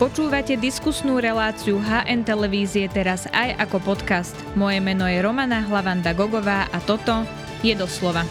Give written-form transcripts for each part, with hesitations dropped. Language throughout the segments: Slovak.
Počúvate diskusnú reláciu HN Televízie teraz aj ako podcast. Moje meno je Romana Hlavanda-Gogová a toto je Doslova.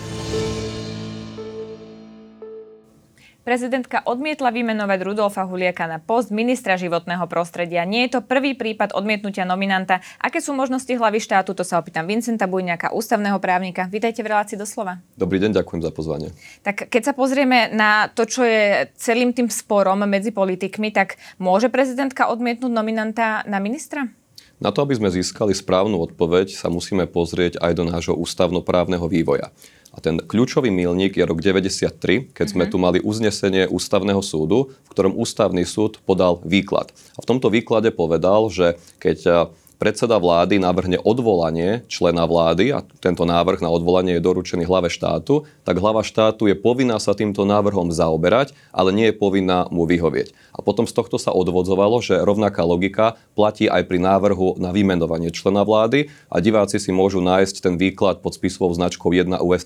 Prezidentka odmietla vymenovať Rudolfa Huliaka na post ministra životného prostredia. Nie je to prvý prípad odmietnutia nominanta. Aké sú možnosti hlavy štátu? To sa opýtam Vincenta Bujňáka, ústavného právnika. Vítajte v relácii Doslova. Dobrý deň, ďakujem za pozvanie. Tak keď sa pozrieme na to, čo je celým tým sporom medzi politikmi, tak môže prezidentka odmietnúť nominanta na ministra? Na to, aby sme získali správnu odpoveď, sa musíme pozrieť aj do nášho ústavnoprávneho vývoja. A ten kľúčový milník je rok 93, keď sme tu mali uznesenie Ústavného súdu, v ktorom Ústavný súd podal výklad. A v tomto výklade povedal, že keď predseda vlády navrhne odvolanie člena vlády a tento návrh na odvolanie je doručený hlave štátu, tak hlava štátu je povinná sa týmto návrhom zaoberať, ale nie je povinná mu vyhovieť. A potom z tohto sa odvodzovalo, že rovnaká logika platí aj pri návrhu na vymenovanie člena vlády a diváci si môžu nájsť ten výklad pod spisovou značkou 1 US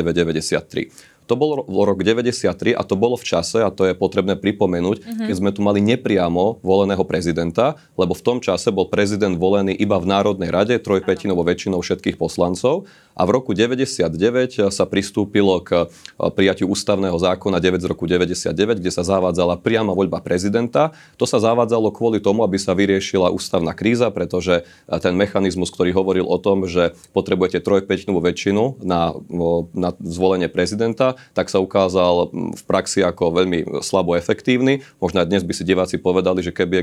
3993. To bol rok 93 a to bolo v čase, a to je potrebné pripomenúť, keď sme tu mali nepriamo voleného prezidenta, lebo v tom čase bol prezident volený iba v Národnej rade, trojpätinovou väčšinou všetkých poslancov. A v roku 99 sa pristúpilo k prijatiu ústavného zákona 9 z roku 99, kde sa zavádzala priama voľba prezidenta. To sa zavádzalo kvôli tomu, aby sa vyriešila ústavná kríza, pretože ten mechanizmus, ktorý hovoril o tom, že potrebujete trojpätinovú väčšinu na zvolenie prezidenta, tak sa ukázal v praxi ako veľmi slabo efektívny. Možno aj dnes by si diváci povedali, že keby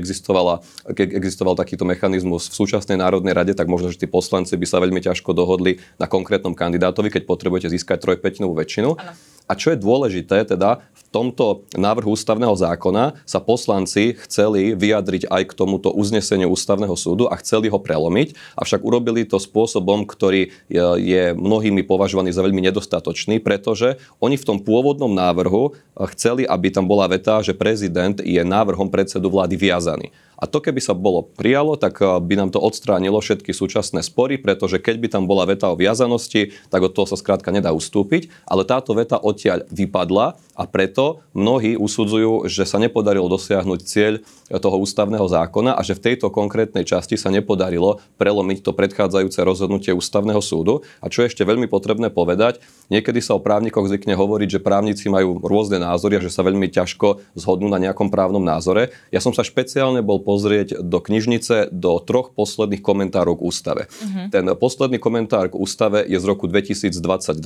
existoval takýto mechanizmus v súčasnej Národnej rade, tak možno, že tí poslanci by sa veľmi ťažko dohodli na konkrétnom kandidátovi, keď potrebujete získať trojpätinovú väčšinu. Ano. A čo je dôležité, teda v tomto návrhu ústavného zákona sa poslanci chceli vyjadriť aj k tomuto uzneseniu Ústavného súdu a chceli ho prelomiť, avšak urobili to spôsobom, ktorý je mnohými považovaný za veľmi nedostatočný, pretože oni v tom pôvodnom návrhu chceli, aby tam bola veta, že prezident je návrhom predsedu vlády viazaný. A to keby sa bolo prijalo, tak by nám to odstránilo všetky súčasné spory, pretože keď by tam bola veta o viazanosti, tak od toho sa skrátka nedá ustúpiť, ale táto veta odtiaľ vypadla a preto mnohí usudzujú, že sa nepodarilo dosiahnuť cieľ toho ústavného zákona a že v tejto konkrétnej časti sa nepodarilo prelomiť to predchádzajúce rozhodnutie Ústavného súdu. A čo je ešte veľmi potrebné povedať, niekedy sa o právnikoch zvykne hovoriť, že právnici majú rôzne názory a že sa veľmi ťažko zhodnú na nejakom právnom názore. Ja som sa špeciálne bol pozrieť do knižnice do 3 posledných komentárov k ústave. Ten posledný komentár k ústave je z roku 2022.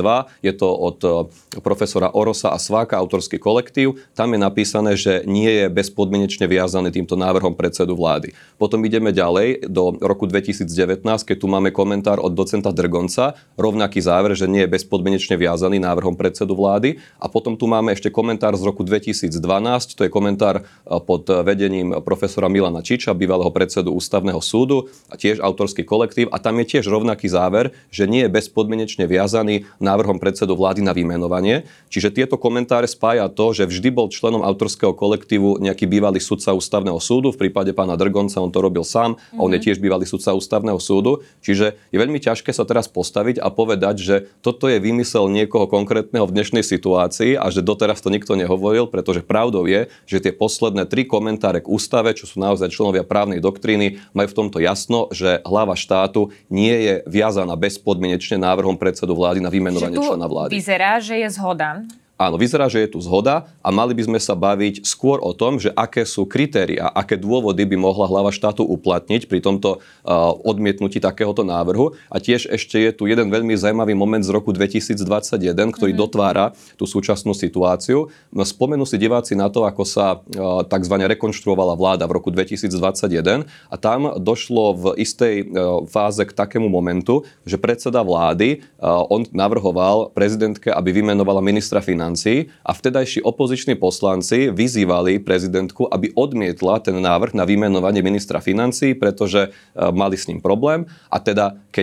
Je to od profesora Orosa a Sváka, autorský kolektív. Tam je napísané, že nie je bezpodmienečne viazaný týmto návrhom predsedu vlády. Potom ideme ďalej do roku 2019, keď tu máme komentár od docenta Drgonca, rovnaký záver, že nie je bezpodmienečne viazaný návrhom predsedu vlády. A potom tu máme ešte komentár z roku 2012, to je komentár pod vedením profesora Milana Čiča, bývalého predsedu Ústavného súdu, a tiež autorský kolektív. A tam je tiež rovnaký záver, že nie je bezpodmienečne viazaný návrhom predsedu vlády na vymenovanie. Čiže tieto komentáre spája to, že vždy bol členom autorského kolektívu nejaký bývalý sudca Ústavného súdu. V prípade pána Drgonca on to robil sám, a on je tiež bývalý sudca Ústavného súdu. Čiže je veľmi ťažké sa teraz postaviť a povedať, že toto je výmysel niekoho konkrétneho v dnešnej situácii a že doteraz to nikto nehovoril, pretože pravdou je, že tie posledné 3 komentáre k ústave, čo sú naozaj členovia právnej doktríny, majú v tomto jasno, že hlava štátu nie je viazaná bezpodmienečne návrhom predsedu vlády na vymenovanie člena vlády. Vyzerá, že je zhoda. Áno, vyzerá, že je tu zhoda a mali by sme sa baviť skôr o tom, že aké sú kritériá, aké dôvody by mohla hlava štátu uplatniť pri tomto odmietnutí takéhoto návrhu. A tiež ešte je tu jeden veľmi zaujímavý moment z roku 2021, ktorý dotvára tú súčasnú situáciu. Spomenú si diváci na to, ako sa takzvané rekonštruovala vláda v roku 2021 a tam došlo v istej fáze k takému momentu, že predseda vlády on navrhoval prezidentke, aby vymenovala ministra financií a vtedajší opoziční poslanci vyzývali prezidentku, aby odmietla ten návrh na vymenovanie ministra financií, pretože mali s ním problém. A teda, keď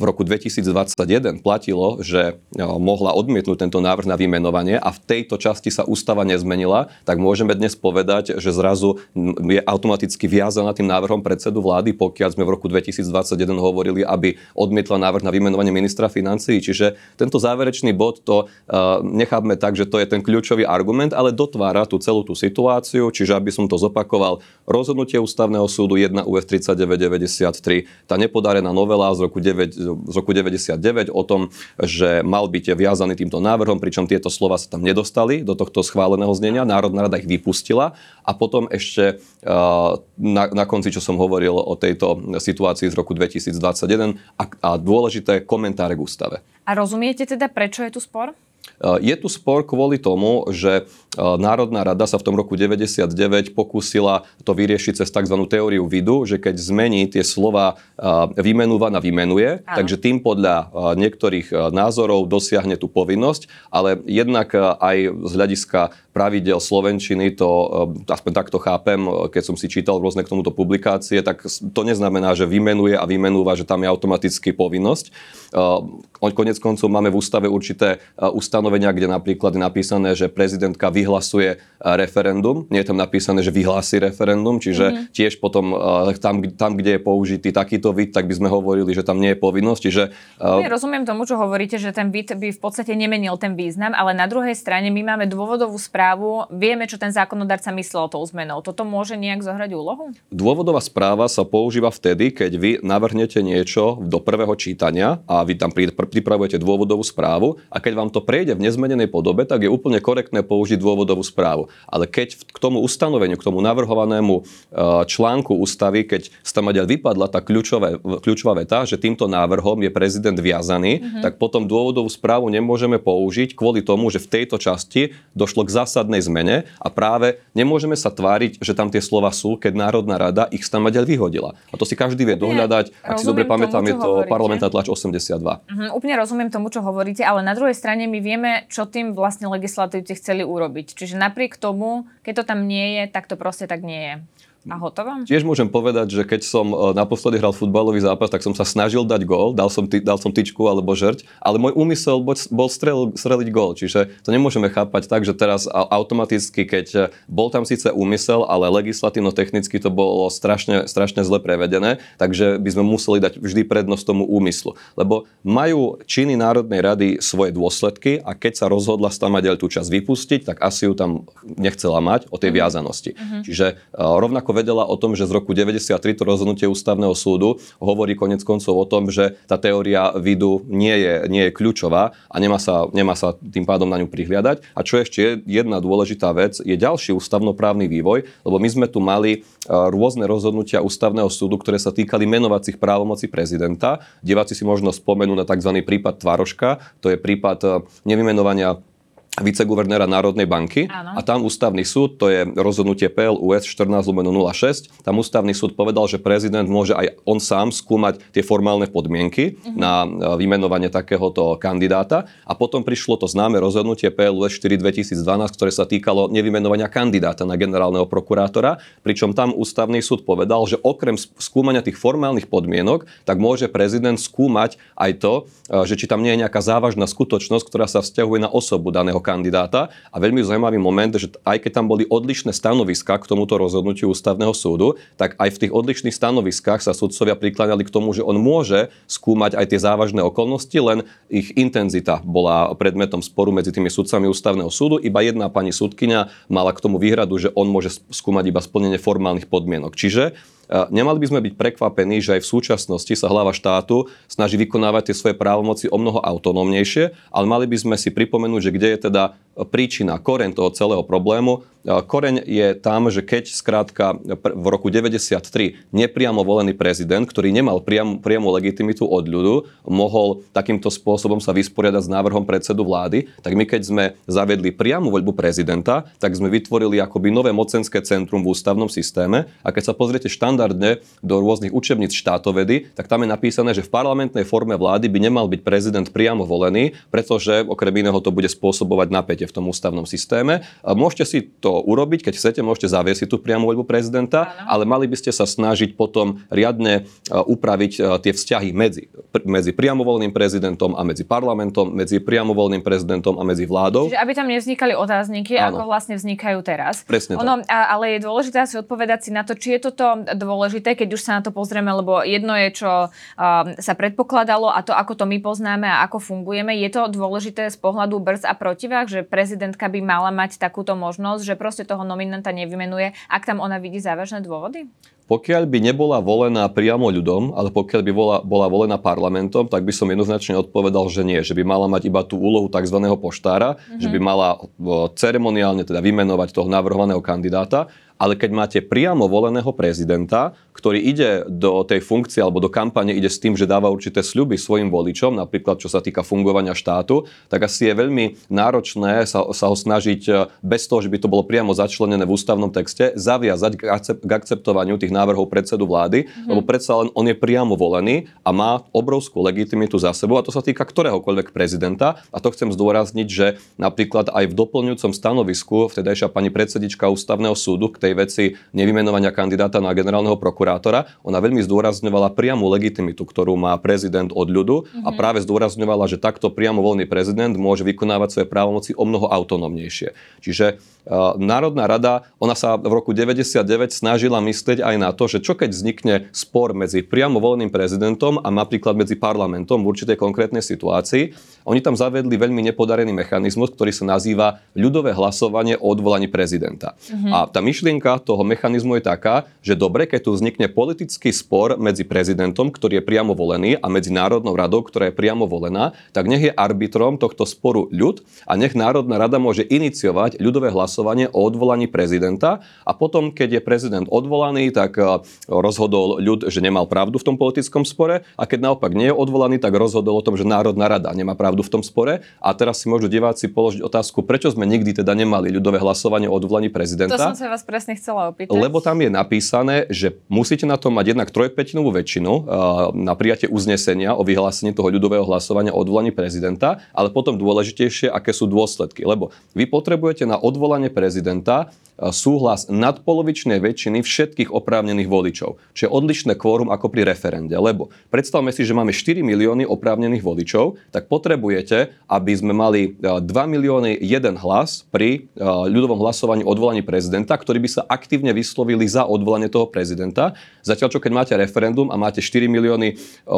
v roku 2021 platilo, že mohla odmietnúť tento návrh na vymenovanie a v tejto časti sa ústava nezmenila, tak môžeme dnes povedať, že zrazu je automaticky viazaná tým návrhom predsedu vlády, pokiaľ sme v roku 2021 hovorili, aby odmietla návrh na vymenovanie ministra financií. Čiže tento záverečný bod to nechápme tak, že to je ten kľúčový argument, ale dotvára tú celú tú situáciu. Čiže aby som to zopakoval, rozhodnutie Ústavného súdu 1 UF 3993, tá nepodarená novela z roku 99 o tom, že mal byť viazaný týmto návrhom, pričom tieto slova sa tam nedostali do tohto schváleného znenia. Národná rada ich vypustila a potom ešte na konci, čo som hovoril o tejto situácii z roku 2021 a dôležité komentáre k ústave. A rozumiete teda, prečo je tu spor? Je tu spor kvôli tomu, že Národná rada sa v tom roku 99 pokúsila to vyriešiť cez tzv. Teóriu vidu, že keď zmení tie slova vymenúva na vymenuje, takže tým podľa niektorých názorov dosiahne tú povinnosť, ale jednak aj z hľadiska pravidel slovenčiny, to aspoň takto chápem, keď som si čítal rôzne k tomuto publikácie, tak to neznamená, že vymenuje a vymenúva, že tam je automaticky povinnosť. Konec koncov máme v ústave určité ustanovenia, kde napríklad je napísané, že prezidentka vyhlasuje referendum. Nie je tam napísané, že vyhlási referendum, čiže tiež potom tam, kde je použitý takýto vid, tak by sme hovorili, že tam nie je povinnosť. Čiže rozumiem tomu, čo hovoríte, že ten vid by v podstate nemenil ten význam, ale na druhej strane my máme dôvodovú správu, vieme, čo ten zákonodarca myslel tou zmenou. Toto môže nejak zohrať úlohu? Dôvodová správa sa používa vtedy, keď vy navrhnete niečo do prvého čítania a vy tam pripravujete dôvodovú správu a keď vám to prejde v nezmenenej podobe, tak je úplne korektné použiť dôvodovú správu. Ale keď k tomu ustanoveniu, k tomu navrhovanému článku ústavy, keď tam vypadla tá kľúčová veta, že týmto návrhom je prezident viazaný, tak potom dôvodovú správu nemôžeme použiť kvôli tomu, že v tejto časti došlo k zásadnej zmene a práve nemôžeme sa tváriť, že tam tie slova sú, keď Národná rada ich tam vyhodila. A to si každý vie dohľadať. Ak si dobre pamätám, je to parlamentná tlač 82. Úplne rozumiem tomu, čo hovoríte, ale na druhej strane my vieme, čo tým vlastne legislatívci chceli urobiť. Čiže napriek tomu, keď to tam nie je, tak to proste tak nie je. A hotovo? Tiež môžem povedať, že keď som naposledy hral futbalový zápas, tak som sa snažil dať gól, dal som tyčku alebo žrť, ale môj úmysel bol streliť gól. Čiže to nemôžeme chápať tak, že teraz automaticky, keď bol tam síce úmysel, ale legislatívno-technicky to bolo strašne zle prevedené, takže by sme museli dať vždy prednosť tomu úmyslu. Lebo majú činy Národnej rady svoje dôsledky a keď sa rozhodla Stamaďaľ tú časť vypustiť, tak asi ju tam nechcela mať o tej viazanosti. Čiže rovnako vedela o tom, že z roku 93 to rozhodnutie Ústavného súdu hovorí konec koncov o tom, že tá teória vidu nie je kľúčová a nemá sa tým pádom na ňu prihliadať. A čo ešte je jedna dôležitá vec, je ďalší ústavnoprávny vývoj, lebo my sme tu mali rôzne rozhodnutia Ústavného súdu, ktoré sa týkali menovacích právomocí prezidenta. Diváci si možno spomenú na tzv. Prípad Tvaroška, to je prípad nevymenovania viceguvernéra Národnej banky. Áno. A tam ústavný súd, to je rozhodnutie PL-US 14/06, tam ústavný súd povedal, že prezident môže aj on sám skúmať tie formálne podmienky na vymenovanie takéhoto kandidáta a potom prišlo to známe rozhodnutie PL-US 4/2012, ktoré sa týkalo nevymenovania kandidáta na generálneho prokurátora, pričom tam ústavný súd povedal, že okrem skúmania tých formálnych podmienok, tak môže prezident skúmať aj to, že či tam nie je nejaká závažná skutočnosť, ktorá sa vzťahuje na osobu daného kandidáta. A veľmi zaujímavý moment, že aj keď tam boli odlišné stanoviská k tomuto rozhodnutiu Ústavného súdu, tak aj v tých odlišných stanoviskách sa sudcovia prikláňali k tomu, že on môže skúmať aj tie závažné okolnosti, len ich intenzita bola predmetom sporu medzi tými sudcami Ústavného súdu. Iba jedna pani sudkyňa mala k tomu výhradu, že on môže skúmať iba splnenie formálnych podmienok. Čiže nemali by sme byť prekvapení, že aj v súčasnosti sa hlava štátu snaží vykonávať tie svoje právomoci o mnoho autonómnejšie, ale mali by sme si pripomenúť, že kde je teda príčina, koreň toho celého problému. Koreň je tam, že keď skrátka v roku 93 nepriamo volený prezident, ktorý nemal priamu legitimitu od ľudu, mohol takýmto spôsobom sa vysporiadať s návrhom predsedu vlády, tak my keď sme zaviedli priamu voľbu prezidenta, tak sme vytvorili akoby nové mocenské centrum v ústavnom systéme a keď sa pozriete štandardne do rôznych učebníc štátovedy, tak tam je napísané, že v parlamentnej forme vlády by nemal byť prezident priamo volený, pretože okrem iného to bude spôsobovať napätie nežijete v tom ústavnom systéme. Môžete si to urobiť, keď chcete, môžete zaviesť si tú priamu voľbu prezidenta, ale mali by ste sa snažiť potom riadne upraviť tie vzťahy medzi priamovoľným prezidentom a medzi parlamentom, medzi priamovoľným prezidentom a medzi vládou. Čiže aby tam nevznikali otázniky, ako vlastne vznikajú teraz. Presne tak. Ale je dôležité asi odpovedať si na to, či je toto dôležité, keď už sa na to pozrieme, lebo jedno je, čo sa predpokladalo a to, ako to my poznáme a ako fungujeme. Je to dôležité z pohľadu brzd a protivách, že prezidentka by mala mať takúto možnosť, že proste toho nominanta nevymenuje, ak tam ona vidí závažné dôvody? Pokiaľ by nebola volená priamo ľudom, ale pokiaľ by bola volená parlamentom, tak by som jednoznačne odpovedal, že nie. Že by mala mať iba tú úlohu tzv. Poštára, že by mala ceremoniálne teda vymenovať toho navrhovaného kandidáta. Ale keď máte priamo voleného prezidenta, ktorý ide do tej funkcie alebo do kampane ide s tým, že dáva určité sľuby svojim voličom, napríklad čo sa týka fungovania štátu, tak asi je veľmi náročné sa ho snažiť bez toho, že by to bolo priamo začlenené v ústavnom texte, zaviazať k akceptovaniu tých návrhov predsedu vlády, lebo predsa len on je priamo volený a má obrovskú legitimitu za sebou a to sa týka ktoréhokoľvek prezidenta. A to chcem zdôrazniť, že napríklad aj v doplňujúcom stanovisku vtedajšia pani predsednička ústavného súdu k tej veci nevymenovania kandidáta na generálneho prokurátora, ona veľmi zdôrazňovala priamu legitimitu, ktorú má prezident od ľudu a práve zdôrazňovala, že takto priamo voľný prezident môže vykonávať svoje právomoci o mnoho autonómnejšie. Čiže Národná rada, ona sa v roku 99 snažila myslieť aj na to, že čo keď vznikne spor medzi priamo voľným prezidentom a napríklad medzi parlamentom v určitej konkrétnej situácii. Oni tam zavedli veľmi nepodarený mechanizmus, ktorý sa nazýva ľudové hlasovanie o odvolaní prezidenta. A tá myšlienka toho mechanizmu je taká, že dobre, keď tu vznikne politický spor medzi prezidentom, ktorý je priamo volený, a medzi Národnou radou, ktorá je priamo volená, tak nech je arbitrom tohto sporu ľud a nech Národná rada môže iniciovať ľudové hlasovanie o odvolaní prezidenta a potom, keď je prezident odvolaný, tak rozhodol ľud, že nemal pravdu v tom politickom spore a keď naopak nie je odvolaný, tak rozhodol o tom, že Národná rada nemá pravdu v tom spore. A teraz si môžu diváci položiť otázku, prečo sme nikdy teda nemali ľudové hlasovanie o odvolaní prezidenta. To som sa vás presne chcela opýtať. Lebo tam je napísané, že musíte na to mať jednak trojpätinovú väčšinu na prijatie uznesenia o vyhlásení toho ľudového hlasovania o odvolaní prezidenta, ale potom dôležitejšie, aké sú dôsledky. Lebo vy potrebujete na odvolanie prezidenta súhlas nadpolovičnej väčšiny všetkých oprávnených voličov. Čiže odlišné kvórum ako pri referende. Lebo predstavme si, že máme 4 milióny oprávnených voličov, tak potrebujete, aby sme mali 2 milióny 1 hlas pri ľudovom hlasovaní o odvolaní prezidenta, ktorí by sa aktívne vyslovili za odvolanie toho prezidenta. Zatiaľ, čo keď máte referendum a máte 4 milióny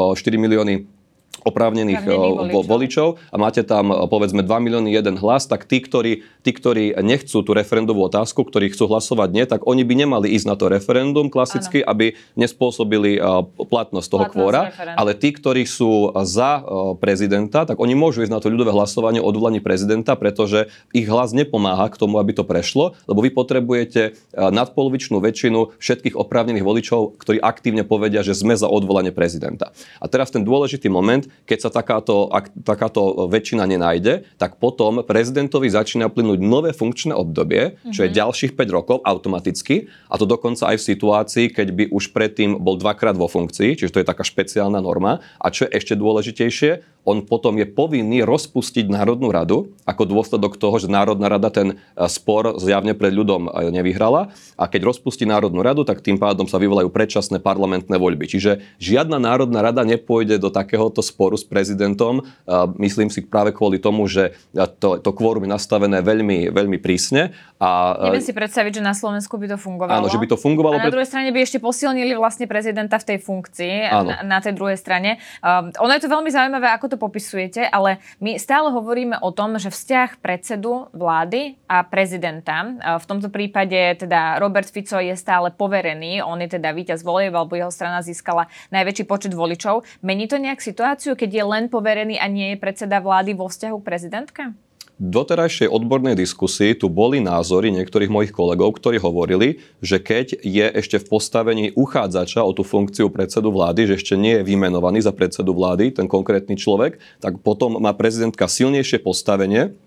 oprávnených voličov a máte tam povedzme 2 milióny 1 hlas, tak tí, ktorí nechcú tú referendovú otázku, ktorí chcú hlasovať nie, tak oni by nemali ísť na to referendum klasicky, aby nespôsobili platnosť toho kvóra, ale tí, ktorí sú za prezidenta, tak oni môžu ísť na to ľudové hlasovanie o odvolaní prezidenta, pretože ich hlas nepomáha k tomu, aby to prešlo, lebo vy potrebujete nadpolovičnú väčšinu všetkých oprávnených voličov, ktorí aktívne povedia, že sme za odvolanie prezidenta. A teraz ten dôležitý moment, keď sa takáto väčšina nenájde, tak potom prezidentovi začína plynúť nové funkčné obdobie, čo je ďalších 5 rokov automaticky, a to dokonca aj v situácii, keď by už predtým bol dvakrát vo funkcii, čiže to je taká špeciálna norma. A čo je ešte dôležitejšie, on potom je povinný rozpustiť Národnú radu ako dôsledok toho, že Národná rada ten spor zjavne pred ľudom nevyhrala. A keď rozpustí Národnú radu, tak tým pádom sa vyvolajú predčasné parlamentné voľby. Čiže žiadna Národná rada nepôjde do takéhoto sporu s prezidentom. Myslím si práve kvôli tomu, že to kvórum je nastavené veľmi, veľmi prísne. Neviem si predstaviť, že na Slovensku by to fungovalo. Áno, že by to fungovalo. A na druhej strane by ešte posilnili vlastne prezidenta v tej funkcii na tej druhej strane. Ono je to veľmi zaujímavé, ako to popisujete, ale my stále hovoríme o tom, že vzťah predsedu vlády a prezidenta, v tomto prípade teda Robert Fico je stále poverený, on je teda víťaz volieb, alebo jeho strana získala najväčší počet voličov. Mení to nejak situáciu, keď je len poverený a nie je predseda vlády vo vzťahu k prezidentke? V doterajšej odbornej diskusii tu boli názory niektorých mojich kolegov, ktorí hovorili, že keď je ešte v postavení uchádzača o tú funkciu predsedu vlády, že ešte nie je vymenovaný za predsedu vlády ten konkrétny človek, tak potom má prezidentka silnejšie postavenie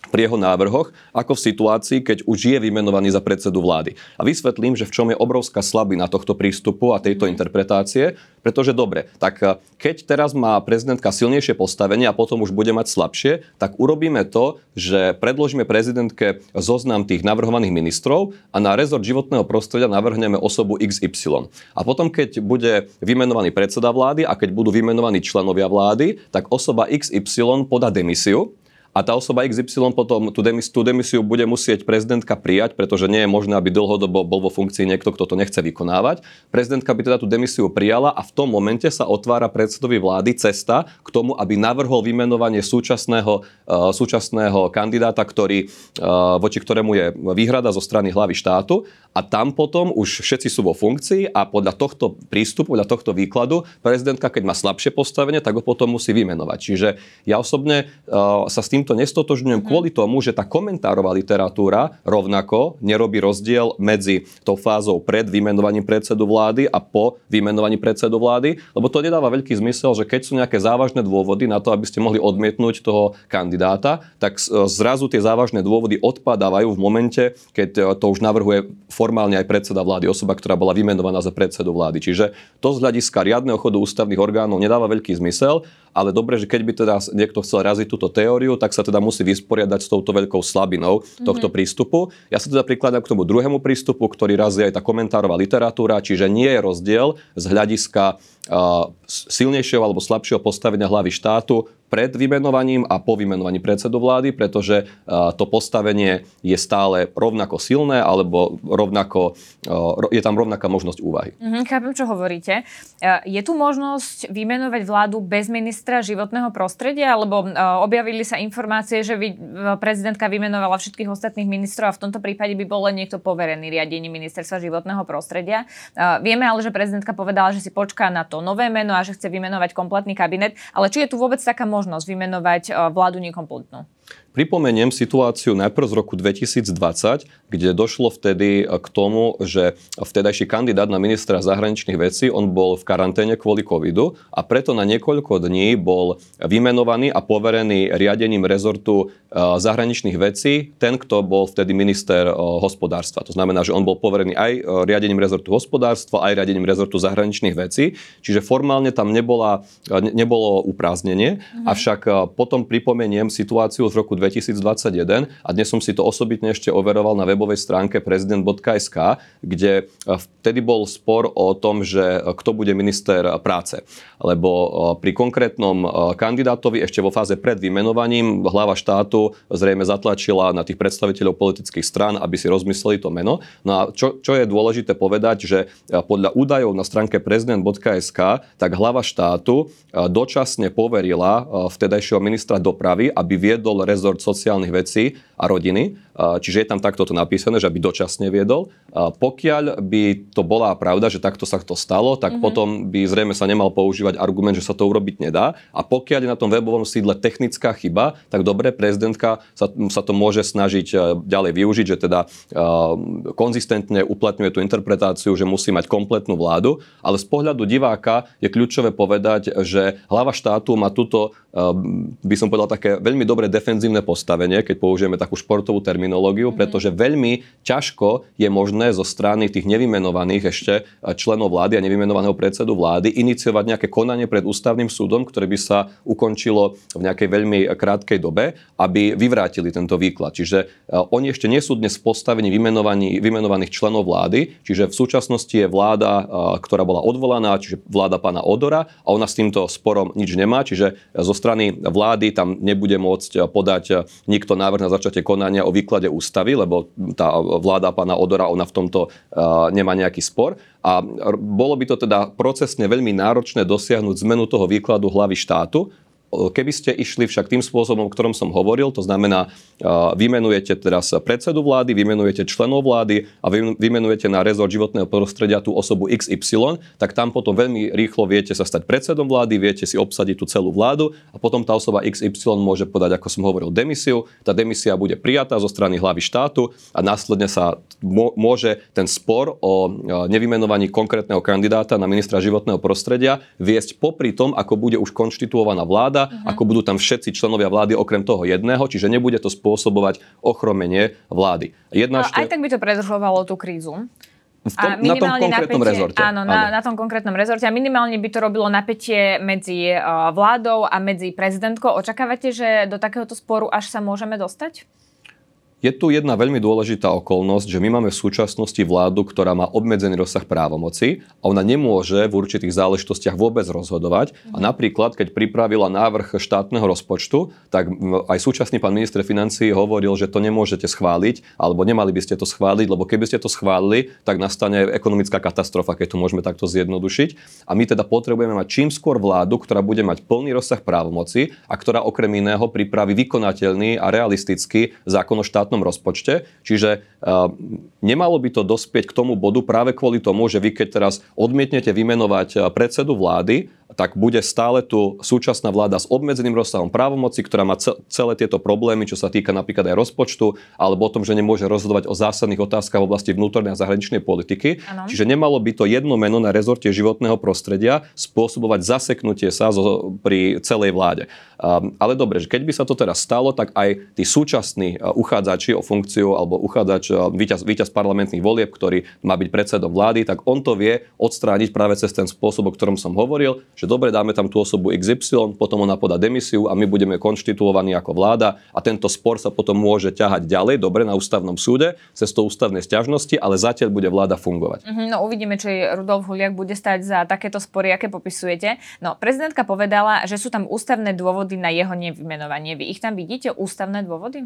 pri jeho návrhoch, ako v situácii, keď už je vymenovaný za predsedu vlády. A vysvetlím, že v čom je obrovská slabina tohto prístupu a tejto interpretácie, pretože dobre, tak keď teraz má prezidentka silnejšie postavenie a potom už bude mať slabšie, tak urobíme to, že predložíme prezidentke zoznam tých navrhovaných ministrov a na rezort životného prostredia navrhneme osobu XY. A potom, keď bude vymenovaný predseda vlády a keď budú vymenovaní členovia vlády, tak osoba XY podá demisiu. A tá osoba XY potom tú demisiu bude musieť prezidentka prijať, pretože nie je možné, aby dlhodobo bol vo funkcii niekto, kto to nechce vykonávať. Prezidentka by teda tú demisiu prijala a v tom momente sa otvára predsedovi vlády cesta k tomu, aby navrhol vymenovanie súčasného kandidáta, voči ktorému je výhrada zo strany hlavy štátu. A tam potom už všetci sú vo funkcii a podľa tohto prístupu, podľa tohto výkladu, prezidentka, keď má slabšie postavenie, tak ho potom musí vymenovať. Čiže ja osobne sa s týmto nestotožňujem kvôli tomu, že tá komentárová literatúra rovnako nerobí rozdiel medzi tou fázou pred vymenovaním predsedu vlády a po vymenovaní predsedu vlády, lebo to nedáva veľký zmysel, že keď sú nejaké závažné dôvody na to, aby ste mohli odmietnúť toho kandidáta, tak zrazu tie závažné dôvody odpadávajú v momente, keď to už navrhuje formálne aj predseda vlády, osoba, ktorá bola vymenovaná za predsedu vlády. Čiže to z hľadiska riadneho chodu ústavných orgánov nedáva veľký zmysel, ale dobre, že keď by teda niekto chcel raziť túto teóriu, tak sa teda musí vysporiadať s touto veľkou slabinou tohto prístupu. Ja sa teda prikladám k tomu druhému prístupu, ktorý razí aj tá komentárová literatúra, čiže nie je rozdiel z hľadiska silnejšieho alebo slabšieho postavenia hlavy štátu pred vymenovaním a po vymenovaní predsedu vlády, pretože to postavenie je stále rovnako silné alebo je tam rovnaká možnosť úvahy. Chápem, čo hovoríte. Je tu možnosť vymenovať vládu bez ministra životného prostredia, alebo objavili sa informácie, že prezidentka vymenovala všetkých ostatných ministrov a v tomto prípade by bol len niekto poverený riadením ministerstva životného prostredia. Vieme ale, že prezidentka povedala, že si počká na to nové meno a že chce vymenovať kompletný kabinet, ale či je tu vôbec taká možnosť vymenovať vládu nekompletnú? Pripomeniem situáciu najprv z roku 2020, kde došlo vtedy k tomu, že vtedajší kandidát na ministra zahraničných vecí, on bol v karanténe kvôli covidu a preto na niekoľko dní bol vymenovaný a poverený riadením rezortu zahraničných vecí ten, kto bol vtedy minister hospodárstva. To znamená, že on bol poverený aj riadením rezortu hospodárstva, aj riadením rezortu zahraničných vecí, čiže formálne tam nebolo uprázdnenie, avšak potom pripomeniem situáciu z roku 2021 a dnes som si to osobitne ešte overoval na webovej stránke prezident.sk, kde vtedy bol spor o tom, že kto bude minister práce. Lebo pri konkrétnom kandidátovi ešte vo fáze pred vymenovaním hlava štátu zrejme zatlačila na tých predstaviteľov politických strán, aby si rozmysleli to meno. No a čo je dôležité povedať, že podľa údajov na stránke prezident.sk, tak hlava štátu dočasne poverila vtedajšieho ministra dopravy, aby viedol rezort sociálnych vecí a rodiny. Čiže je tam takto to napísané, že aby dočasne viedol. Pokiaľ by to bola pravda, že takto sa to stalo, tak potom by zrejme sa nemal používať argument, že sa to urobiť nedá. A pokiaľ je na tom webovom sídle technická chyba, tak dobre, prezidentka sa to môže snažiť ďalej využiť, že teda konzistentne uplatňuje tú interpretáciu, že musí mať kompletnú vládu. Ale z pohľadu diváka je kľúčové povedať, že hlava štátu má túto, by som povedal, také veľmi dobré defenzívne postavenie, keď použijeme takú športovú terminológiu, pretože veľmi ťažko je možné zo strany tých nevymenovaných ešte členov vlády a nevymenovaného predsedu vlády iniciovať nejaké konanie pred ústavným súdom, ktoré by sa ukončilo v nejakej veľmi krátkej dobe, aby vyvrátili tento výklad. Čiže oni ešte nie sú dnes postavení vymenovaných členov vlády, čiže v súčasnosti je vláda, ktorá bola odvolaná, čiže vláda pána Odora a ona s týmto sporom nič nemá, čiže zo strany vlády tam nebude môcť podať nikto návrh na začatie konania o výklade ústavy, lebo tá vláda pána Odora, ona v tomto nemá nejaký spor. A bolo by to teda procesne veľmi náročné dosiahnuť zmenu toho výkladu hlavy štátu. Keby ste išli však tým spôsobom, o ktorom som hovoril, to znamená, vymenujete teraz predsedu vlády, vymenujete členov vlády a vymenujete na rezort životného prostredia tú osobu XY, tak tam potom veľmi rýchlo viete sa stať predsedom vlády, viete si obsadiť tú celú vládu a potom tá osoba XY môže podať, ako som hovoril, demisiu. Tá demisia bude prijatá zo strany hlavy štátu a následne sa môže ten spor o nevymenovaní konkrétneho kandidáta na ministra životného prostredia viesť popri tom, ako bude už konštituovaná vláda vláda, ako budú tam všetci členovia vlády okrem toho jedného, čiže nebude to spôsobovať ochromenie vlády. Aj tak by to predržovalo tú krízu. Na tom konkrétnom rezorte. Áno, na tom konkrétnom rezorte. A minimálne by to robilo napätie medzi vládou a medzi prezidentkou. Očakávate, že do takéhoto sporu až sa môžeme dostať? Je tu jedna veľmi dôležitá okolnosť, že my máme v súčasnosti vládu, ktorá má obmedzený rozsah právomoci a ona nemôže v určitých záležitostiach vôbec rozhodovať. A napríklad, keď pripravila návrh štátneho rozpočtu, tak aj súčasný pán minister financií hovoril, že to nemôžete schváliť, alebo nemali by ste to schváliť, lebo keby ste to schválili, tak nastane ekonomická katastrofa, keď to môžeme takto zjednodušiť. A my teda potrebujeme mať čím skôr vládu, ktorá bude mať plný rozsah právomoci a ktorá okrem iného pripraví vykonateľný a realistický zákon o štátnom rozpočte. Čiže nemalo by to dospieť k tomu bodu práve kvôli tomu, že vy keď teraz odmietnete vymenovať predsedu vlády, tak bude stále tu súčasná vláda s obmedzeným rozsahom právomoci, ktorá má celé tieto problémy, čo sa týka napríklad aj rozpočtu, alebo o tom, že nemôže rozhodovať o zásadných otázkach v oblasti vnútornej a zahraničnej politiky. Ano. Čiže nemalo by to jedno meno na rezorte životného prostredia spôsobovať zaseknutie sa pri celej vláde. Ale dobre, že keď by sa to teraz stalo, tak aj tí súčasní uchádzači o funkciu alebo víťaz parlamentných volieb, ktorý má byť predsedom vlády, tak on to vie odstrániť práve cez ten spôsob, o ktorom som hovoril, že dobre, dáme tam tú osobu XY, potom ona podá demisiu a my budeme konštituovaní ako vláda a tento spor sa potom môže ťahať ďalej, dobre, na ústavnom súde, cez to ústavnej sťažnosti, ale zatiaľ bude vláda fungovať. No uvidíme, či Rudolf Huliak bude stať za takéto spory, aké popisujete. No, prezidentka povedala, že sú tam ústavné dôvody na jeho nevymenovanie. Vy ich tam vidíte, ústavné dôvody?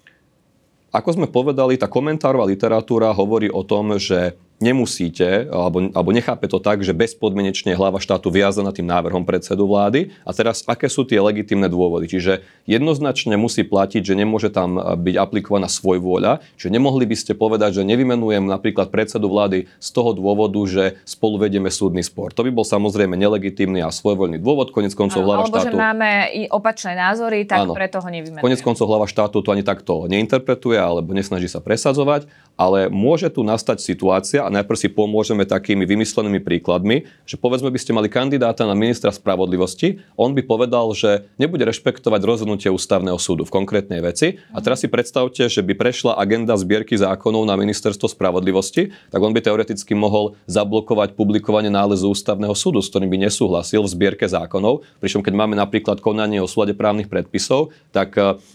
Ako sme povedali, tá komentárová literatúra hovorí o tom, že nemusíte, alebo nechápe to tak, že bezpodmienečne hlava štátu viazaná tým návrhom predsedu vlády. A teraz, aké sú tie legitímne dôvody? Čiže jednoznačne musí platiť, že nemôže tam byť aplikovaná svojvôľa. Čiže nemohli by ste povedať, že nevymenujem napríklad predsedu vlády z toho dôvodu, že spolu vedieme súdny spor. To by bol samozrejme nelegitímny a svojvoľný dôvod. Koniec koncov hlava štátu... Alebo že máme i opačné názory, tak preto ho nevymenujem. Koniec koncov hlava štátu to ani takto neinterpretuje alebo nesnaží sa presadzovať, ale môže tu nastať situácia, a najprv si pomôžeme takými vymyslenými príkladmi, že povedzme by ste mali kandidáta na ministra spravodlivosti, on by povedal, že nebude rešpektovať rozhodnutie ústavného súdu v konkrétnej veci. A teraz si predstavte, že by prešla agenda zbierky zákonov na ministerstvo spravodlivosti, tak on by teoreticky mohol zablokovať publikovanie nálezu ústavného súdu, s ktorým by nesúhlasil v zbierke zákonov. Pričom keď máme napríklad konanie o súlade právnych predpisov, tak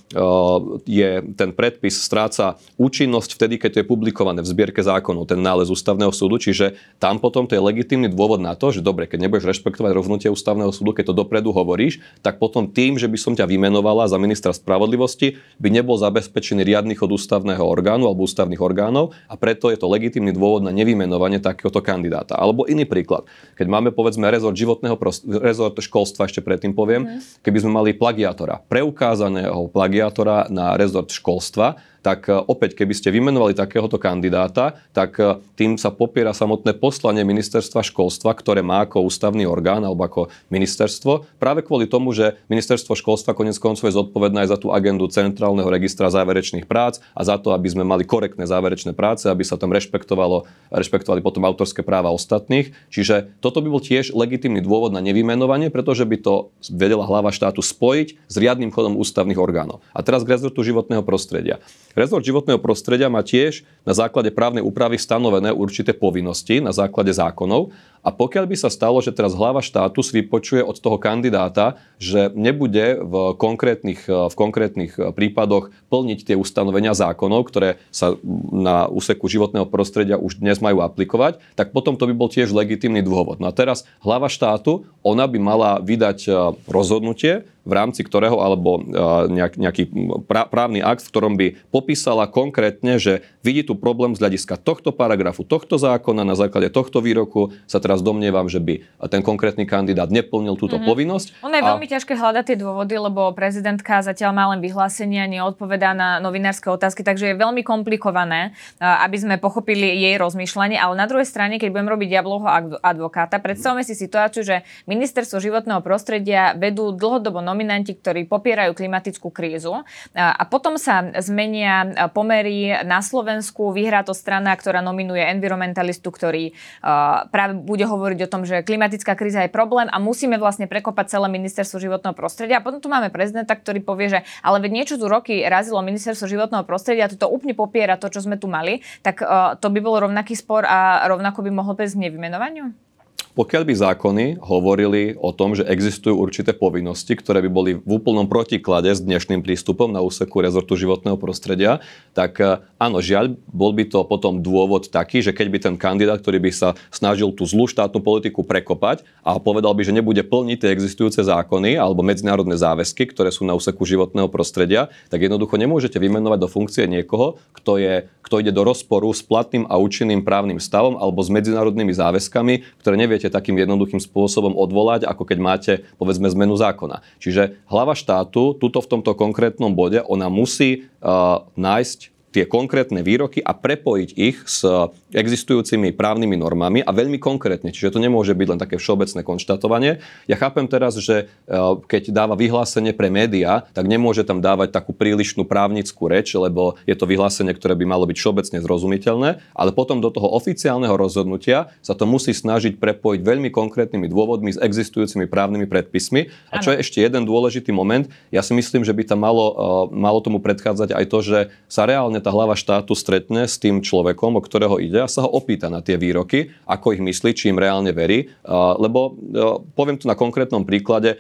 ten predpis stráca účinnosť vtedy, keď to je publikované v zbierke zákonov, ten nález ústavného súdu, čiže tam potom to je legitímny dôvod na to, že dobre, keď nebudeš rešpektovať rozhodnutie ústavného súdu, keď to dopredu hovoríš, tak potom tým, že by som ťa vymenovala za ministra spravodlivosti, by nebol zabezpečený riadny chod ústavného orgánu alebo ústavných orgánov a preto je to legitímny dôvod na nevymenovanie takéhoto kandidáta. Alebo iný príklad. Keď máme povedzme rezort školstva, ešte predtým poviem, keby sme mali plagiátora, preukázaného plagiátora na rezort školstva, tak opäť, keby ste vymenovali takéhoto kandidáta, tak tým sa popiera samotné poslanie ministerstva školstva, ktoré má ako ústavný orgán alebo ako ministerstvo, práve kvôli tomu, že ministerstvo školstva koniec koncov je zodpovedné aj za tú agendu centrálneho registra záverečných prác a za to, aby sme mali korektné záverečné práce, aby sa tam rešpektovali potom autorské práva ostatných. Čiže toto by bol tiež legitímny dôvod na nevymenovanie, pretože by to vedela hlava štátu spojiť s riadnym chodom ústavných orgánov. A teraz k rezortu životného prostredia. Rezort životného prostredia má tiež na základe právnej úpravy stanovené určité povinnosti na základe zákonov. A pokiaľ by sa stalo, že teraz hlava štátu si vypočuje od toho kandidáta, že nebude v konkrétnych prípadoch plniť tie ustanovenia zákonov, ktoré sa na úseku životného prostredia už dnes majú aplikovať, tak potom to by bol tiež legitímny dôvod. No a teraz hlava štátu, ona by mala vydať rozhodnutie, v rámci ktorého, alebo nejaký právny akt, v ktorom by popísala konkrétne, že vidí tu problém z hľadiska tohto paragrafu, tohto zákona, na základe tohto výroku sa teraz domnievam, že by ten konkrétny kandidát neplnil túto povinnosť. Ono je veľmi ťažké hľadať tie dôvody, lebo prezidentka zatiaľ má len vyhlásenia, neodpovedá na novinárske otázky, takže je veľmi komplikované, aby sme pochopili jej rozmýšľanie, ale na druhej strane, keď budem robiť diablovho advokáta, predstavme si situáciu, že ministerstvo životného prostredia vedú dlhodobo nominanti, ktorí popierajú klimatickú krízu a potom sa zmenia pomery na Slovensku, vyhrá to strana, ktorá nominuje environmentalistu, ktorý práve bude hovoriť o tom, že klimatická kríza je problém a musíme vlastne prekopať celé ministerstvo životného prostredia. A potom tu máme prezidenta, ktorý povie, že ale veď niečo tu roky razilo ministerstvo životného prostredia a toto úplne popiera to, čo sme tu mali, tak to by bol rovnaký spor a rovnako by mohlo prísť k nevymenovaniu? Pokiaľ by zákony hovorili o tom, že existujú určité povinnosti, ktoré by boli v úplnom protiklade s dnešným prístupom na úseku rezortu životného prostredia, tak áno, žiaľ, bol by to potom dôvod taký, že keď by ten kandidát, ktorý by sa snažil tú zlú štátnu politiku prekopať a povedal by, že nebude plniť tie existujúce zákony alebo medzinárodné záväzky, ktoré sú na úseku životného prostredia, tak jednoducho nemôžete vymenovať do funkcie niekoho, kto ide do rozporu s platným a účinným právnym stavom alebo s medzinárodnými záväzkami, ktoré neviete takým jednoduchým spôsobom odvolať, ako keď máte, povedzme, zmenu zákona. Čiže hlava štátu, tuto v tomto konkrétnom bode, ona musí nájsť tie konkrétne výroky a prepojiť ich s existujúcimi právnymi normami a veľmi konkrétne. Čiže to nemôže byť len také všeobecné konštatovanie. Ja chápem teraz, že keď dáva vyhlásenie pre médiá, tak nemôže tam dávať takú prílišnú právnickú reč, lebo je to vyhlásenie, ktoré by malo byť všeobecne zrozumiteľné, ale potom do toho oficiálneho rozhodnutia sa to musí snažiť prepojiť veľmi konkrétnymi dôvodmi s existujúcimi právnymi predpismi. A čo je ešte jeden dôležitý moment, ja si myslím, že by tam malo tomu predchádzať aj to, že sa reálne tá hlava štátu stretne s tým človekom, o ktorého ide a sa ho opýta na tie výroky, ako ich myslí, či im reálne verí. Lebo poviem tu na konkrétnom príklade,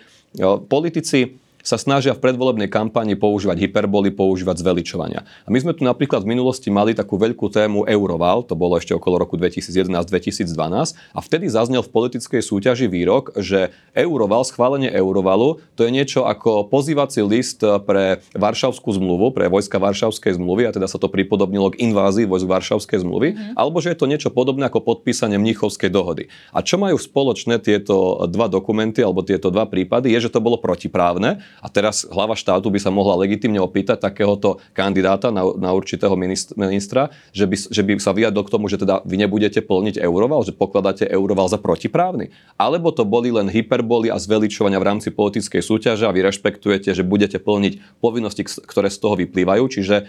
politici sa snažia v predvolebnej kampani používať hyperboly, používať zveličovania. A my sme tu napríklad v minulosti mali takú veľkú tému Euroval, to bolo ešte okolo roku 2011-2012, a vtedy zaznel v politickej súťaži výrok, že Euroval, schválenie Eurovalu, to je niečo ako pozývací list pre Varšavskú zmluvu, pre vojska Varšavskej zmluvy, a teda sa to pripodobnilo k invázii vojsk Varšavskej zmluvy, alebo že je to niečo podobné ako podpísanie Mníchovskej dohody. A čo majú spoločné tieto dva dokumenty alebo tieto dva prípady, je, že to bolo protiprávne. A teraz hlava štátu by sa mohla legitímne opýtať takéhoto kandidáta na určitého ministra, že by sa vyjadril k tomu, že teda vy nebudete plniť Euroval, že pokladáte Euroval za protiprávny. Alebo to boli len hyperboly a zveličovania v rámci politickej súťaže a vy rešpektujete, že budete plniť povinnosti, ktoré z toho vyplývajú. Čiže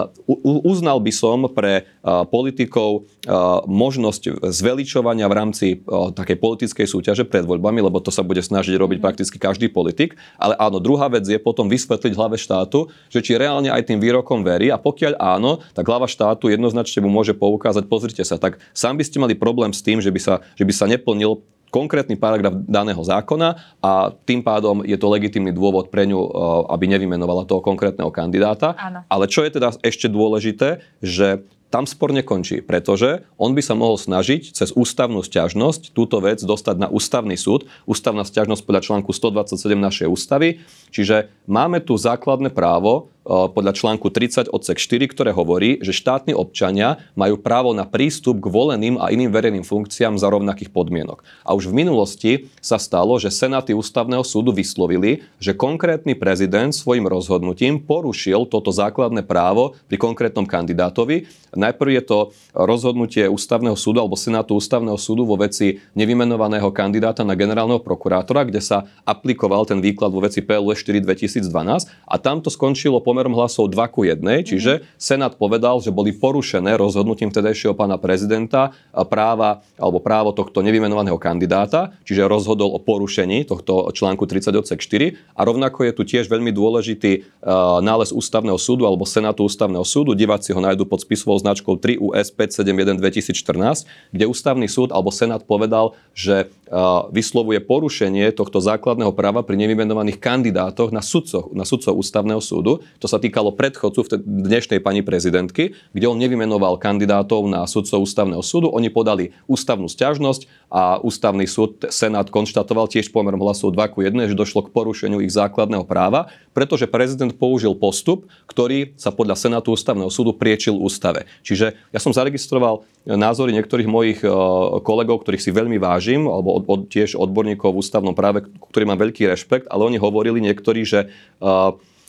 uznal by som pre politikov možnosť zveličovania v rámci takej politickej súťaže pred voľbami, lebo to sa bude snažiť robiť prakticky každý politik. Ale áno, druhá vec je potom vysvetliť hlave štátu, že či reálne aj tým výrokom verí, a pokiaľ áno, tak hlava štátu jednoznačne mu môže poukázať, pozrite sa, tak sám by ste mali problém s tým, že by sa neplnil konkrétny paragraf daného zákona a tým pádom je to legitímny dôvod pre ňu, aby nevymenovala toho konkrétneho kandidáta. Áno. Ale čo je teda ešte dôležité, že tam spor nekončí, pretože on by sa mohol snažiť cez ústavnú sťažnosť túto vec dostať na ústavný súd. Ústavná sťažnosť podľa článku 127 našej ústavy. Čiže máme tu základné právo podľa článku 30 odsek 4, ktoré hovorí, že štátni občania majú právo na prístup k voleným a iným verejným funkciám za rovnakých podmienok. A už v minulosti sa stalo, že senáty ústavného súdu vyslovili, že konkrétny prezident svojim rozhodnutím porušil toto základné právo pri konkrétnom kandidátovi. Najprv je to rozhodnutie ústavného súdu alebo senátu ústavného súdu vo veci nevymenovaného kandidáta na generálneho prokurátora, kde sa aplikoval ten výklad vo veci PLU 4 2012 a tam to skončilo pomerom hlasov 2:1, čiže Senát povedal, že boli porušené rozhodnutím vtedajšieho pána prezidenta právo tohto nevymenovaného kandidáta, čiže rozhodol o porušení tohto článku 30 odsek 4 a rovnako je tu tiež veľmi dôležitý nález ústavného súdu alebo Senátu ústavného súdu, diváci ho nájdu pod spisovou značkou 3 US 571 2014, kde ústavný súd alebo Senát povedal, že vyslovuje porušenie tohto základného práva pri nevymenovaných kandidátoch na sudcov ústavného súdu. To sa týkalo predchodcu dnešnej pani prezidentky, kde on nevymenoval kandidátov na sudcov ústavného súdu. Oni podali ústavnú sťažnosť a ústavný súd, Senát konštatoval tiež pomerom hlasov 2:1, že došlo k porušeniu ich základného práva, pretože prezident použil postup, ktorý sa podľa Senátu ústavného súdu priečil ústave. Čiže ja som zaregistroval názory niektorých mojich kolegov, ktorých si veľmi vážim, alebo tiež odborníkov v ústavnom práve, ktorým mám veľký rešpekt, ale oni hovorili niektorí, že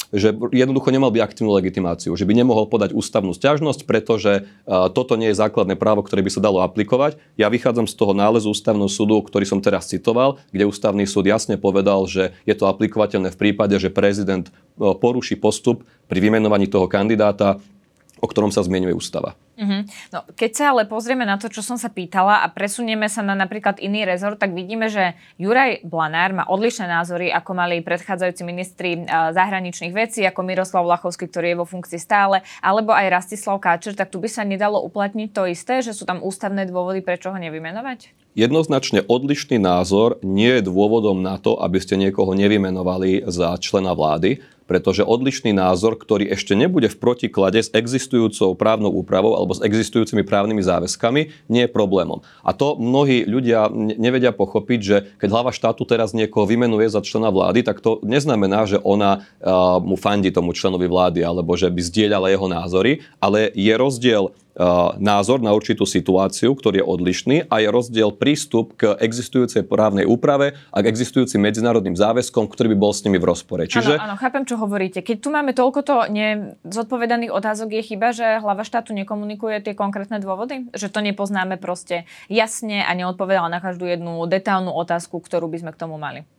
že jednoducho nemal by aktívnu legitimáciu, že by nemohol podať ústavnú sťažnosť, pretože toto nie je základné právo, ktoré by sa dalo aplikovať. Ja vychádzam z toho nálezu ústavného súdu, ktorý som teraz citoval, kde ústavný súd jasne povedal, že je to aplikovateľné v prípade, že prezident poruší postup pri vymenovaní toho kandidáta, o ktorom sa zmieňuje ústava. No, keď sa ale pozrieme na to, čo som sa pýtala a presunieme sa na napríklad iný rezort, tak vidíme, že Juraj Blanár má odlišné názory, ako mali predchádzajúci ministri zahraničných vecí, ako Miroslav Lachovský, ktorý je vo funkcii stále, alebo aj Rastislav Káčer, tak tu by sa nedalo uplatniť to isté, že sú tam ústavné dôvody, prečo ho nevymenovať? Jednoznačne odlišný názor nie je dôvodom na to, aby ste niekoho nevymenovali za člena vlády, pretože odlišný názor, ktorý ešte nebude v protiklade s existujúcou právnou úpravou alebo s existujúcimi právnymi záväzkami, nie je problémom. A to mnohí ľudia nevedia pochopiť, že keď hlava štátu teraz niekoho vymenuje za člena vlády, tak to neznamená, že ona mu fandí tomu členovi vlády alebo že by zdieľala jeho názory, ale je rozdiel názor na určitú situáciu, ktorý je odlišný a je rozdiel prístup k existujúcej právnej úprave a k existujúcim medzinárodným záväzkom, ktorý by bol s nimi v rozpore. Čiže... Áno, chápem, čo hovoríte. Keď tu máme toľkoto nezodpovedaných otázok, je chyba, že hlava štátu nekomunikuje tie konkrétne dôvody? Že to nepoznáme proste jasne a neodpovedala na každú jednu detailnú otázku, ktorú by sme k tomu mali?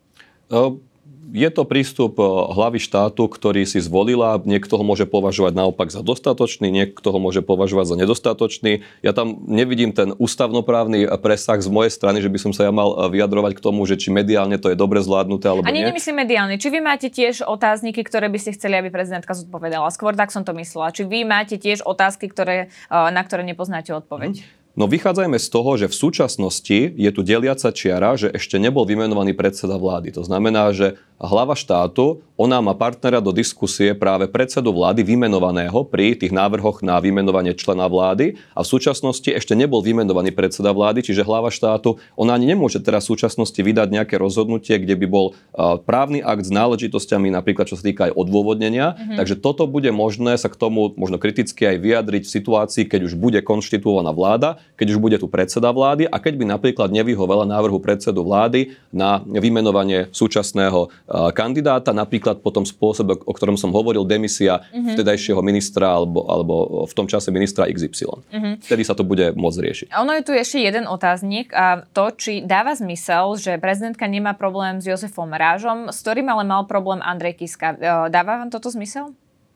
Je to prístup hlavy štátu, ktorý si zvolila. Niekto ho môže považovať naopak za dostatočný, niekto ho môže považovať za nedostatočný. Ja tam nevidím ten ústavnoprávny presah z mojej strany, že by som sa ja mal vyjadrovať k tomu, že či mediálne to je dobre zvládnuté alebo nie. Ani nemyslím mediálne. Či vy máte tiež otázniky, ktoré by ste chceli, aby prezidentka zodpovedala? Skôr tak som to myslela. Či vy máte tiež otázky, na ktoré nepoznáte odpoveď? No vychádzajme z toho, že v súčasnosti je tu deliaca čiara, že ešte nebol vymenovaný predseda vlády. To znamená, že hlava štátu, ona má partnera do diskusie práve predsedu vlády vymenovaného pri tých návrhoch na vymenovanie člena vlády a v súčasnosti ešte nebol vymenovaný predseda vlády, čiže hlava štátu, ona ani nemôže teraz v súčasnosti vydať nejaké rozhodnutie, kde by bol právny akt s náležitosťami, napríklad čo sa týka aj odôvodnenia. Takže toto bude možné sa k tomu možno kriticky aj vyjadriť v situácii, keď už bude konštituovaná vláda, keď už bude tu predseda vlády a keď by napríklad nevyhovela návrhu predsedu vlády na vymenovanie súčasného kandidáta, napríklad po tom spôsobe, o ktorom som hovoril, demisia vtedajšieho ministra alebo v tom čase ministra XY. Vtedy sa to bude môcť riešiť. A ono je tu ešte jeden otáznik a to, či dáva zmysel, že prezidentka nemá problém s Jozefom Rážom, s ktorým ale mal problém Andrej Kiska. Dáva vám toto zmysel?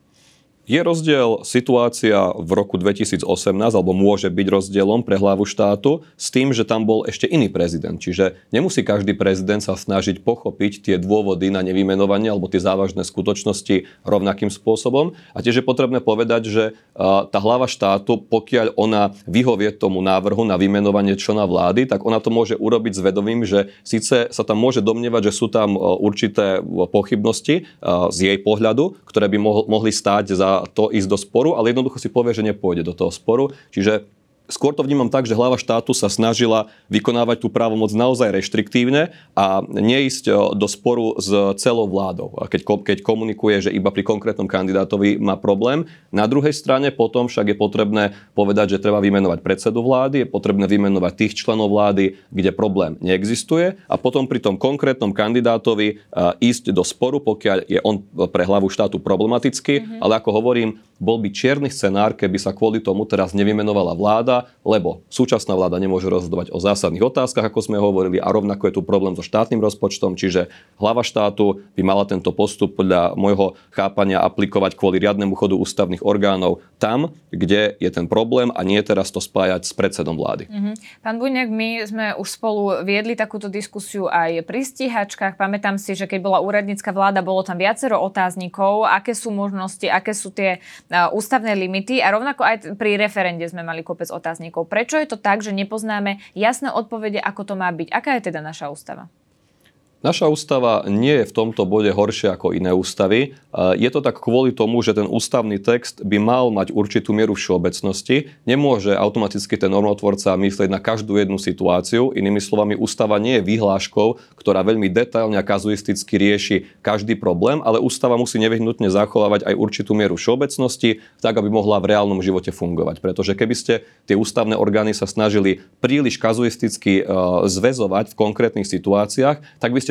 Je rozdiel situácia v roku 2018, alebo môže byť rozdielom pre hlavu štátu, s tým, že tam bol ešte iný prezident. Čiže nemusí každý prezident sa snažiť pochopiť tie dôvody na nevymenovanie alebo tie závažné skutočnosti rovnakým spôsobom. A tiež je potrebné povedať, že tá hlava štátu, pokiaľ ona vyhovie tomu návrhu na vymenovanie člena vlády, tak ona to môže urobiť s vedomím, že síce sa tam môže domnievať, že sú tam určité pochybnosti z jej pohľadu, ktoré by mohli stáť za to ísť do sporu, ale jednoducho si povie, že nepôjde do toho sporu. Čiže skôr to vnímam tak, že hlava štátu sa snažila vykonávať tú právomoc naozaj reštriktívne a neísť do sporu s celou vládou, keď komunikuje, že iba pri konkrétnom kandidátovi má problém. Na druhej strane potom však je potrebné povedať, že treba vymenovať predsedu vlády, je potrebné vymenovať tých členov vlády, kde problém neexistuje a potom pri tom konkrétnom kandidátovi ísť do sporu, pokiaľ je on pre hlavu štátu problematický, ale ako hovorím, bol by čierny scenár, keby sa kvôli tomu teraz nevymenovala vláda, lebo súčasná vláda nemôže rozhodovať o zásadných otázkach, ako sme hovorili, a rovnako je tu problém so štátnym rozpočtom, čiže hlava štátu by mala tento postup podľa môjho chápania aplikovať kvôli riadnemu chodu ústavných orgánov tam, kde je ten problém a nie teraz to spájať s predsedom vlády. Pán Buňák, my sme už spolu viedli takúto diskusiu aj pri stíhačkách. Pamätám si, že keď bola úradnícka vláda, bolo tam viacero otáznikov, aké sú možnosti, aké sú tie ústavné limity a rovnako aj pri referende sme mali kopec otáznikov. Prečo je to tak, že nepoznáme jasné odpovede, ako to má byť? Aká je teda naša ústava? Naša ústava nie je v tomto bode horšia ako iné ústavy. Je to tak kvôli tomu, že ten ústavný text by mal mať určitú mieru všeobecnosti. Nemôže automaticky ten normotvorca myslieť na každú jednu situáciu. Inými slovami, ústava nie je vyhláškou, ktorá veľmi detailne a kazuisticky rieši každý problém, ale ústava musí nevyhnutne zachovávať aj určitú mieru všeobecnosti, tak aby mohla v reálnom živote fungovať. Pretože keby ste tie ústavné orgány sa snažili príliš kazuisticky zväzovať v konkrétnych situáciách, tak by ste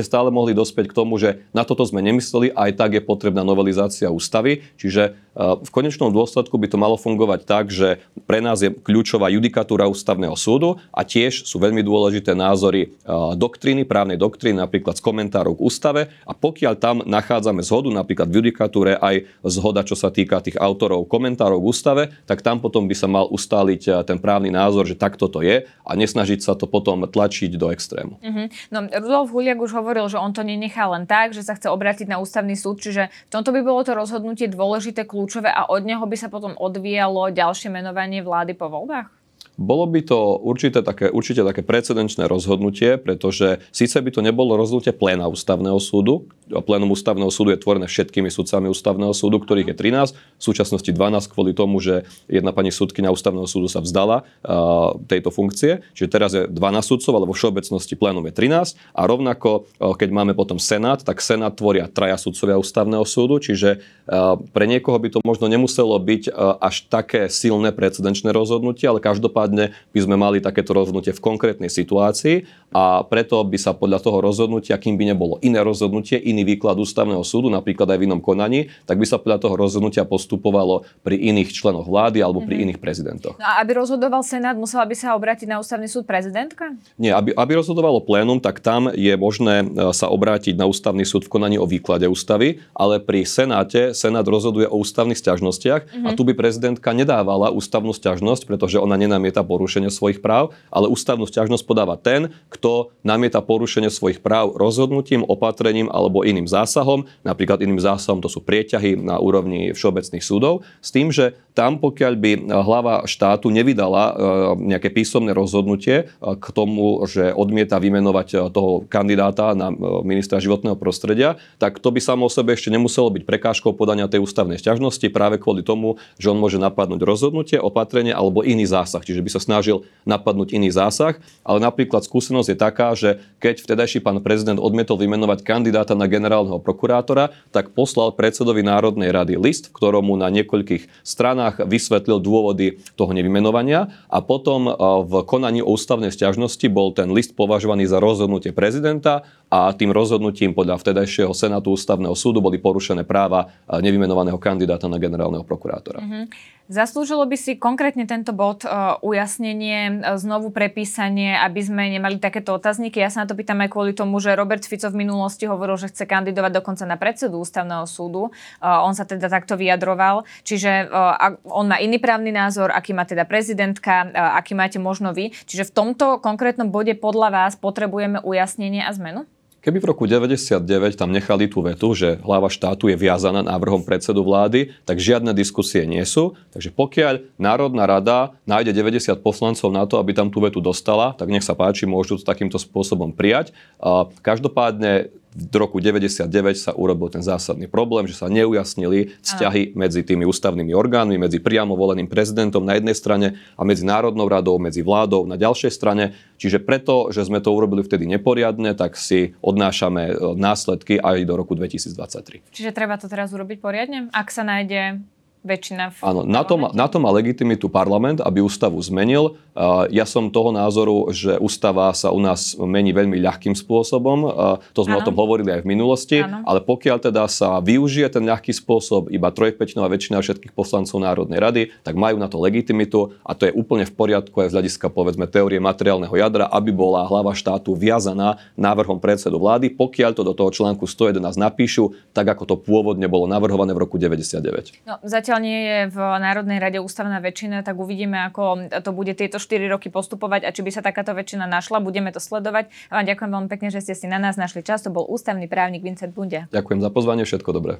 ste stále mohli dospieť k tomu, že na toto sme nemysleli, aj tak je potrebná novelizácia ústavy. Čiže v konečnom dôsledku by to malo fungovať tak, že pre nás je kľúčová judikatúra ústavného súdu a tiež sú veľmi dôležité názory doktríny, právnej doktríny, napríklad z komentárov k ústave. A pokiaľ tam nachádzame zhodu, napríklad v judikatúre aj zhoda, čo sa týka tých autorov komentárov k ústave, tak tam potom by sa mal ustáliť ten právny názor, že takto to je a nesnažiť sa to potom tlačiť do extrému. No, Rudolf Huliak už hovoril, že on to nenechá len tak, že sa chce obrátiť na ústavný súd, čiže v tomto by bolo to rozhodnutie dôležité, kľúčové a od neho by sa potom odvíjalo ďalšie menovanie vlády po voľbách? Bolo by to určite také precedenčné rozhodnutie, pretože síce by to nebolo rozhodnutie pléna ústavného súdu. Plénum ústavného súdu je tvorené všetkými sudcami ústavného súdu, ktorých je 13, v súčasnosti 12 kvôli tomu, že jedna pani sudkyňa ústavného súdu sa vzdala tejto funkcie. Čiže teraz je 12 sudcov, ale vo všeobecnosti plénum je 13. A rovnako, keď máme potom Senát, tak Senát tvoria 3 sudcovia ústavného súdu, čiže pre niekoho by to možno nemuselo byť až také silné precedenčné rozhodnutie, ale každopádne by sme mali takéto rozhodnutie v konkrétnej situácii a preto by sa podľa toho rozhodnutia, kým by nebolo iné rozhodnutie, iný výklad ústavného súdu, napríklad aj v inom konaní, tak by sa podľa toho rozhodnutia postupovalo pri iných členoch vlády alebo pri iných prezidentoch. No a aby rozhodoval Senát, musela by sa obrátiť na ústavný súd prezidentka? Nie, aby rozhodovalo plénum, tak tam je možné sa obrátiť na ústavný súd v konaní o výklade ústavy, ale pri Senáte Senát rozhoduje o ústavných sťažnostiach a tu by prezidentka nedávala ústavnú sťažnosť, pretože ona nenamieta porušenie svojich práv, ale ústavnú sťažnosť podáva ten, kto namieta porušenie svojich práv rozhodnutím, opatrením alebo iným zásahom. Napríklad iným zásahom to sú prieťahy na úrovni všeobecných súdov. S tým, že tam, pokiaľ by hlava štátu nevydala nejaké písomné rozhodnutie k tomu, že odmieta vymenovať toho kandidáta na ministra životného prostredia, tak to by samo o sebe ešte nemuselo byť prekážkou podania tej ústavnej sťažnosti práve kvôli tomu, že on môže napadnúť rozhodnutie, opatrenie alebo iný zásah. Čiže by sa snažil napadnúť iný zásah, ale napríklad skúsenosť je taká, že keď vtedajší pán prezident odmietol vymenovať kandidáta na generálneho prokurátora, tak poslal predsedovi Národnej rady list, v ktorom mu na niekoľkých stranách vysvetlil dôvody toho nevymenovania a potom v konaní o ústavnej sťažnosti bol ten list považovaný za rozhodnutie prezidenta a tým rozhodnutím podľa vtedajšieho Senátu ústavného súdu boli porušené práva nevymenovaného kandidáta na generálneho prokurátora. Zaslúžilo by si konkrétne tento bod ujasnenie, znovu prepísanie, aby sme nemali takéto otázniky. Ja sa na to pýtam aj kvôli tomu, že Robert Fico v minulosti hovoril, že chce kandidovať dokonca na predsedu ústavného súdu. On sa teda takto vyjadroval. Čiže on má iný právny názor, aký má teda prezidentka, aký máte možno vy. Čiže v tomto konkrétnom bode podľa vás potrebujeme ujasnenie a zmenu? Keby v roku 1999 tam nechali tú vetu, že hlava štátu je viazaná návrhom predsedu vlády, tak žiadne diskusie nie sú. Takže pokiaľ Národná rada nájde 90 poslancov na to, aby tam tú vetu dostala, tak nech sa páči, môžu to takýmto spôsobom prijať. Každopádne v roku 99 sa urobil ten zásadný problém, že sa neujasnili vzťahy medzi tými ústavnými orgánmi, medzi priamo voleným prezidentom na jednej strane a medzi Národnou radou, medzi vládou na ďalšej strane. Čiže preto, že sme to urobili vtedy neporiadne, tak si odnášame následky aj do roku 2023. Čiže treba to teraz urobiť poriadne, ak sa nájde väčšina v Áno, na to má legitimitu parlament, aby ústavu zmenil. Ja som toho názoru, že ústava sa u nás mení veľmi ľahkým spôsobom. To sme o tom hovorili aj v minulosti. Ale pokiaľ teda sa využije ten ľahký spôsob, iba trojpäťinová väčšina všetkých poslancov Národnej rady, tak majú na to legitimitu a to je úplne v poriadku aj z hľadiska, povedzme, teórie materiálneho jadra, aby bola hlava štátu viazaná návrhom predsedu vlády, pokiaľ to do toho článku 111 napíšu, tak ako to pôvodne bolo navrhované v roku 99. No, zatiaľ nie je v Národnej rade ústavná väčšina, tak uvidíme, ako to bude tieto 4 roky postupovať a či by sa takáto väčšina našla. Budeme to sledovať. A vám ďakujem veľmi pekne, že ste si na nás našli čas. To bol ústavný právnik Vincent Bundia. Ďakujem za pozvanie, všetko dobré.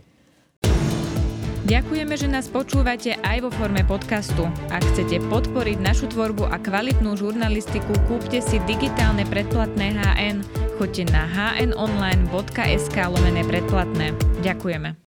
Ďakujeme, že nás počúvate aj vo forme podcastu. Ak chcete podporiť našu tvorbu a kvalitnú žurnalistiku, kúpte si digitálne predplatné HN. Choďte na hnonline.sk/predplatné. Ďakujeme.